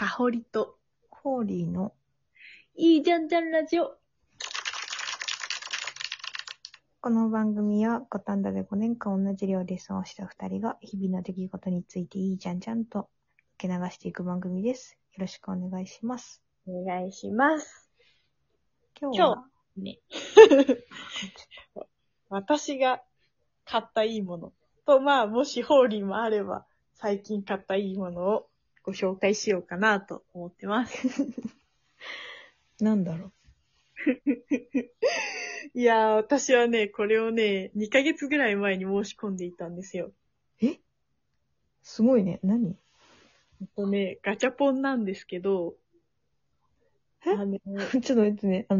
かほりと、 ホーリーのいいじゃんじゃんラジオ。 この番組は五反田で5年間同じ寮で過ごした2人が日々の出来事についていいじゃんじゃんと受け流していく番組です。よろしくお願いします。 お願いします。 今日はね。私が買ったいいものと、もしホーリーもあれば、最近買ったいいものをご紹介しようかなと思ってます。 なんだろう。 いやー、私はね、これをね、2ヶ月ぐらい前に申し込んでいたんですよ。 すごいね。何？ ガチャポンなんですけど、 ちょっと待ってね。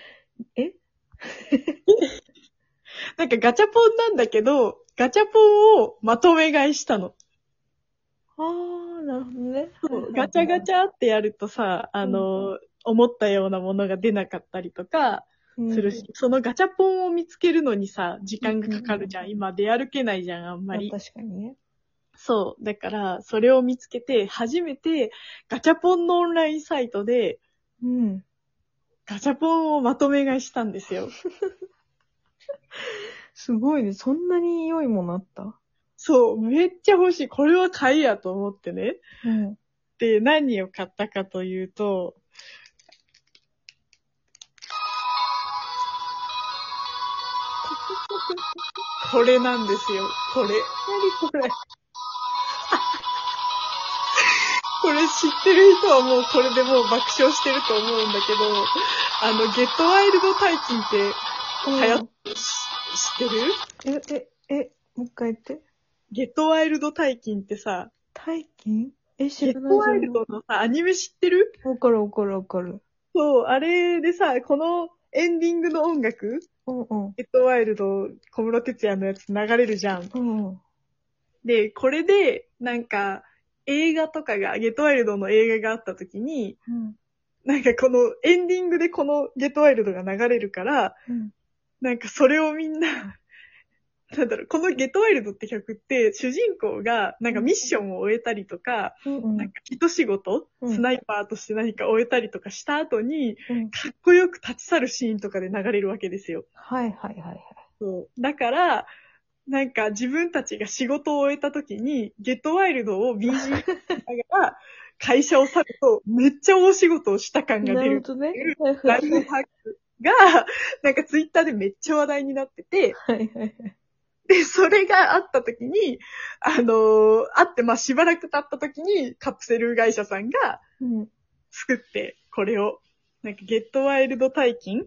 なんかガチャポンなんだけど、ガチャポンをまとめ買いしたの。 なるほどね。 ガチャガチャってやるとさ、思ったようなものが出なかったりとかするし、そのガチャポンを見つけるのにさ、時間がかかるじゃん。今出歩けないじゃん、あんまり。 確かにね。 そう。だから、それを見つけて、初めてガチャポンのオンラインサイトで、ガチャポンをまとめ買いしたんですよ。 すごいね。そんなに良いものあった？ そう。めっちゃ欲しい。これは買いやと思ってね。 うん。 で、何を買ったかというと、これなんですよ。これ。 何これ？ これ知ってる人はもうこれでもう爆笑してると思うんだけど、ゲットワイルド大金って流行って知ってる？ もう一回言って。 ゲットワイルド大金ってさ、 大金？知ゲッらないトワイルドのさ、アニメ知ってる？ わかるわかるわかる。 そう、あれでさ、このエンディングの音楽、ゲットワイルド、小室哲哉のやつ流れるじゃん。で、これで、なんか、映画とかが、ゲットワイルドの映画があった時に、なんかこのエンディングでこのゲットワイルドが流れるから、なんかそれをみんな、このゲットワイルドって曲って主人公がなんかミッションを終えたりとか、なんか一仕事、スナイパーとして何か終えたりとかした後に、かっこよく立ち去るシーンとかで流れるわけですよ。 はいはいはいはい。 そう。だから、なんか自分たちが仕事を終えた時に、ゲットワイルドを BGM しながら会社を去ると、めっちゃ大仕事をした感が出るっていうライフハックが、なんかツイッターでめっちゃ話題になってて、で、それがあった時に、あって、しばらく経った時にカプセル会社さんが作って、これを、なんかゲットワイルド大金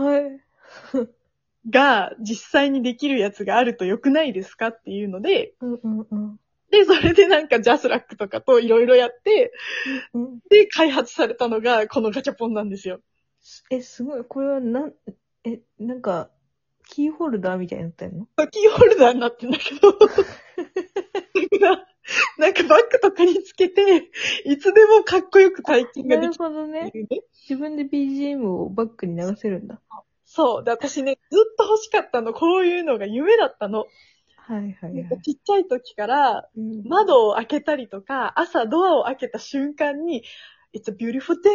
が実際にできるやつがあると良くないですかっていうので、で、それでなんかジャスラックとかといろいろやって、で、開発されたのがこのガチャポンなんですよ。 すごい。これはなんか、キーホルダーみたいになってんの？ キーホルダーになってんだけど、なんかバッグとかにつけて、いつでもかっこよく体験ができる。 なるほどね。自分で BGM をバックに流せるんだ。 そう。で、私ね、ずっと欲しかったの。こういうのが夢だったの。 はいはいはい。 ちっちゃい時から、窓を開けたりとか、朝ドアを開けた瞬間に、It's a beautiful day,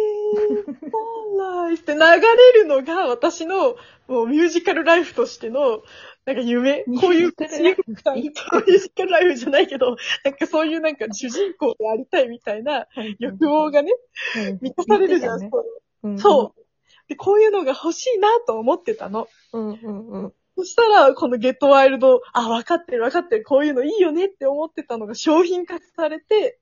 life って流れるのが私のもうミュージカルライフとしての、なんか夢。こういうミュージカルライフじゃないけど、なんかそういうなんか主人公でありたいみたいな欲望がね、満たされるじゃん。そう。で、こういうのが欲しいなと思ってたの。そしたら、このゲットワイルド、わかってる、こういうのいいよねって思ってたのが商品化されて、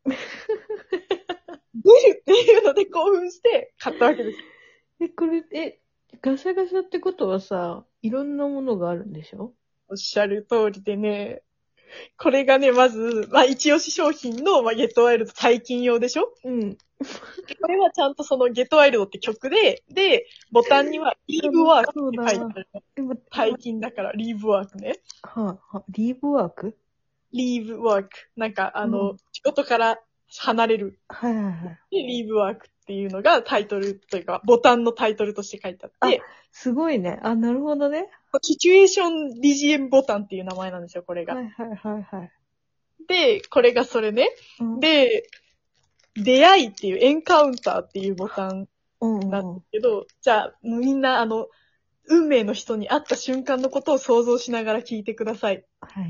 出るっていうので興奮して買ったわけです。 これ、ガシャガシャってことはさ、いろんなものがあるんでしょ？ おっしゃる通りでね、これがね、まず、一押し商品の、ゲットワイルド大金用でしょ？これはちゃんとそのゲットワイルドって曲で、ボタンにはリーブワークって書いてあるの。大金だからリーブワークね。 リーブワーク？ リーブワーク。なんか仕事から離れる。で、リーブワークっていうのがタイトルというか、ボタンのタイトルとして書いてあって。 すごいね。なるほどね。 シチュエーション BGM ボタンっていう名前なんですよ、これが。で、これがそれね。で、 出会いっていうエンカウンターっていうボタンなんですけど、じゃあ、みんな運命の人に会った瞬間のことを想像しながら聞いてください。 はい。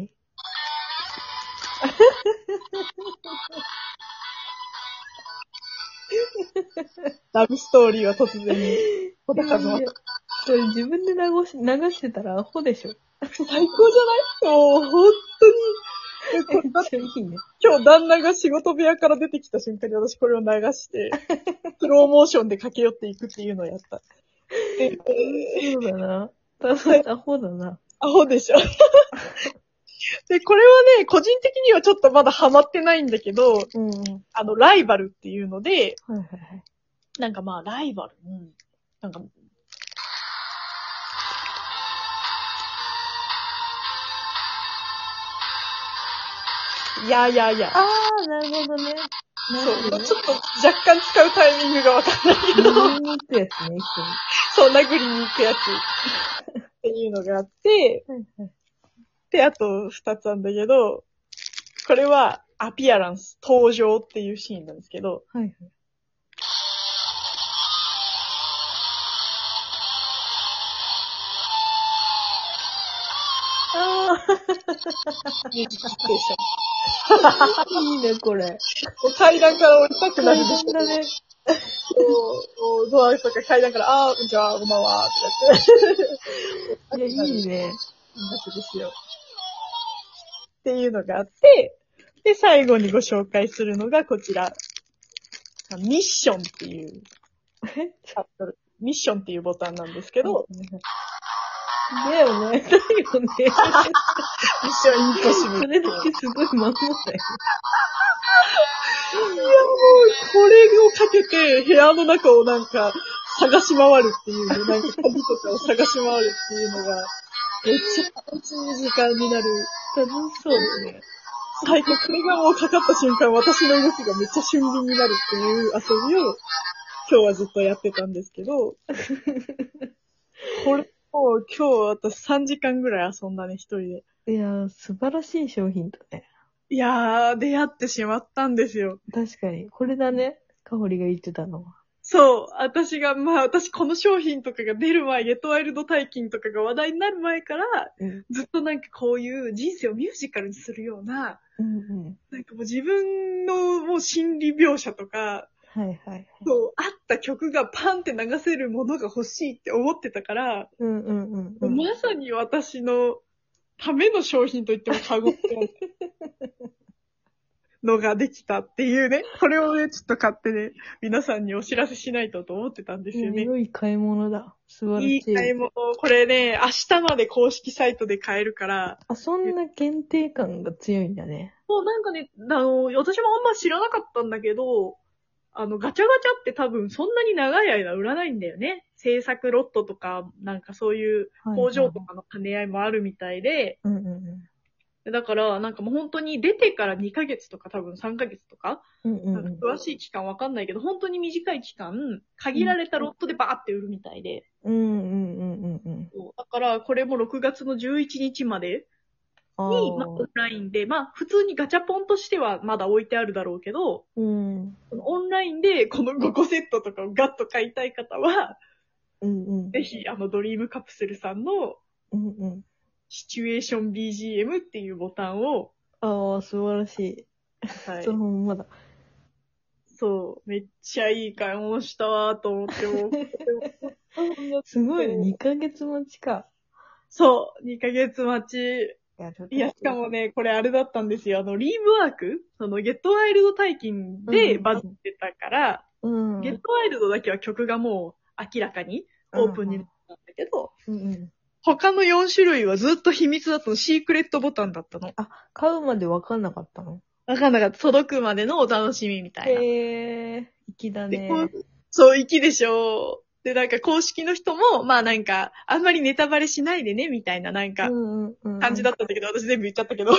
ラブストーリーは突然にこれ自分で流してたらアホでしょ。 最高じゃない？もう本当に。 めっちゃいいね。 今日旦那が仕事部屋から出てきた瞬間に私これを流して、スローモーションで駆け寄っていくっていうのをやった。 そうだな。アホだな。 アホでしょ。で、これはね、個人的にはちょっとまだハマってないんだけど、ライバルっていうので、なんかまあ、ライバル、なんか、いや。 あー、なるほどね。 そう、ちょっと若干使うタイミングがわかんないけど。 殴りに行くやつね、一緒に。 そう、殴りに行くやつっていうのがあって、で、あと二つあるんだけど、これはアピアランス、登場っていうシーンなんですけど、ミュージックステーション。 いいね、これ。 階段から降りたくなるでしょ。 だね。 ドアとか階段から、じゃあ、こんばんは、ってやって。いや、いいね。 いいわけですよ。っていうのがあって、で、最後にご紹介するのがこちら。ミッションっていうタイトル。ミッションっていうボタンなんですけど。 だよね。だよね。ミッションインポッシブル。 それだけすごいまんまだよ。 いや、もう、これをかけて部屋の中をなんか探し回るっていうね、なんか鍵とかを探し回るっていうのが、めっちゃ楽しい時間になる。 楽しそうですね。 最高、これがもうかかった瞬間、私の動きがめっちゃ俊敏になるっていう遊びを、今日はずっとやってたんですけど、これを今日私3時間ぐらい遊んだね、一人で。 いやー、素晴らしい商品だね。 いやー、出会ってしまったんですよ。 確かに。これだね。かほりが言ってたのは。 そう。私この商品とかが出る前、ゲットワイルド大金とかが話題になる前から、ずっとなんかこういう人生をミュージカルにするような、なんかもう自分のもう心理描写とか、そう、あった曲がパンって流せるものが欲しいって思ってたから、まさに私のための商品と言っても過言ではないのができたっていうね。これをね、ちょっと買ってね、皆さんにお知らせしないと思ってたんですよね。 良い買い物だ。素晴らしい。 いい買い物。これね、明日まで公式サイトで買えるから。 そんな限定感が強いんだね。 もうなんかね、私もあんま知らなかったんだけど、ガチャガチャって多分そんなに長い間売らないんだよね。制作ロットとか、なんかそういう工場とかの兼ね合いもあるみたいで、だから、なんかもう本当に出てから2ヶ月とか多分3ヶ月とか、なんか詳しい期間わかんないけど、本当に短い期間、限られたロットでバーって売るみたいで。だから、これも6月の11日までに、オンラインで、普通にガチャポンとしてはまだ置いてあるだろうけど、オンラインでこの5個セットとかをガッと買いたい方は、ぜひ、ドリームカプセルさんの、シチュエーション BGM っていうボタンを。 素晴らしい。はい。そのままだ。 そう、めっちゃいい買い物したわーと思っても。 すごいね、2ヶ月待ちか。 そう、2ヶ月待ち。いや、しかもね、これあれだったんですよ。リーブワークゲットワイルド大金でバズってたから、ゲットワイルドだけは曲がもう明らかにオープンになったんだけど、他の4種類はずっと秘密だったの。シークレットボタンだったの。 買うまで分かんなかったの？ 分かんなかった。届くまでのお楽しみみたいな。 粋だね。 そう、粋でしょ。で、なんか公式の人も、なんか、あんまりネタバレしないでね、みたいななんか、感じだったんだけど、私全部言っちゃったけど。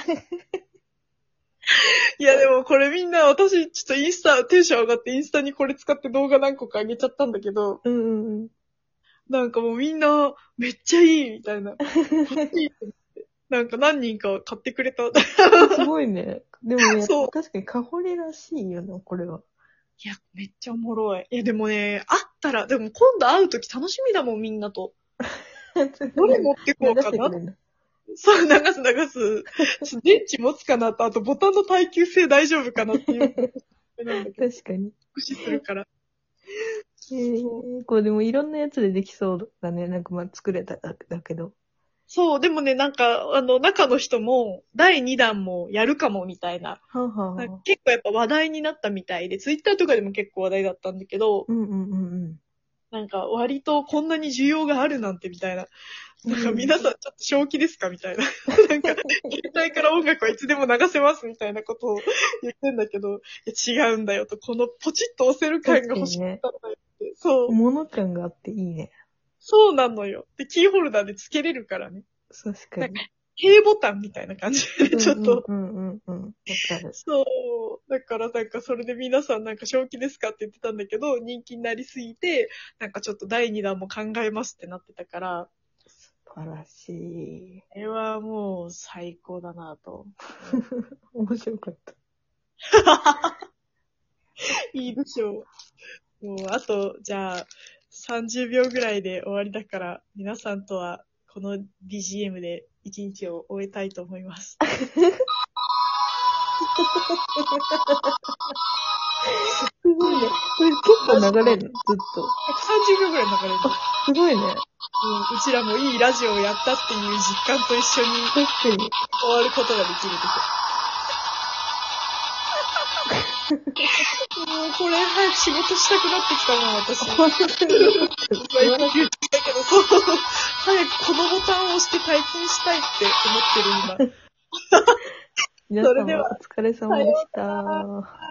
いや、でもこれみんな、私、ちょっとインスタ、テンション上がってインスタにこれ使って動画何個か上げちゃったんだけど、なんかもうみんな、めっちゃいいみたいな。欲しいってなんか何人か買ってくれた。 すごいね。でもね、 そう確かにカホレらしいよな、これは。 いや、めっちゃおもろい。いや、でもね、会ったら、でも今度会うとき楽しみだもん、みんなと。どれ持ってこうかな。そう、流す。電池持つかなと、あとボタンの耐久性大丈夫かなっていう。 確かに。 駆使するから。 これでもいろんなやつでできそうだね。なんかまあ作れただけど。 そう、でもね、なんか、中の人も、第2弾もやるかも、みたいな。 はあはあ、 結構やっぱ話題になったみたいで、ツイッターとかでも結構話題だったんだけど、なんか割とこんなに需要があるなんてみたいな。なんか皆さんちょっと正気ですかみたいな。なんか、携帯から音楽はいつでも流せますみたいなことを言ってんだけど、いや違うんだよと、このポチッと押せる感が欲しかったんだよって。そう。 物感があっていいね。 そうなのよ。で、キーホルダーで付けれるからね。 確かに。 K ボタンみたいな感じで、ちょっと。そう。だからなんかそれで皆さんなんか正気ですかって言ってたんだけど、人気になりすぎて、なんかちょっと第2弾も考えますってなってたから。 素晴らしい。 これはもう最高だなと。 面白かった。 いいでしょう。もうあと、じゃあ、30秒ぐらいで終わりだから、皆さんとはこの BGM で一日を終えたいと思います。 すごいね。これ結構流れるのずっと。 30秒ぐらい流れる。 すごいね。 うちらもいいラジオをやったっていう実感と一緒に終わることができるもうこれ早く仕事したくなってきたもん、私。早くこのボタンを押して体験したいって思ってる今。 皆様お疲れ様でした。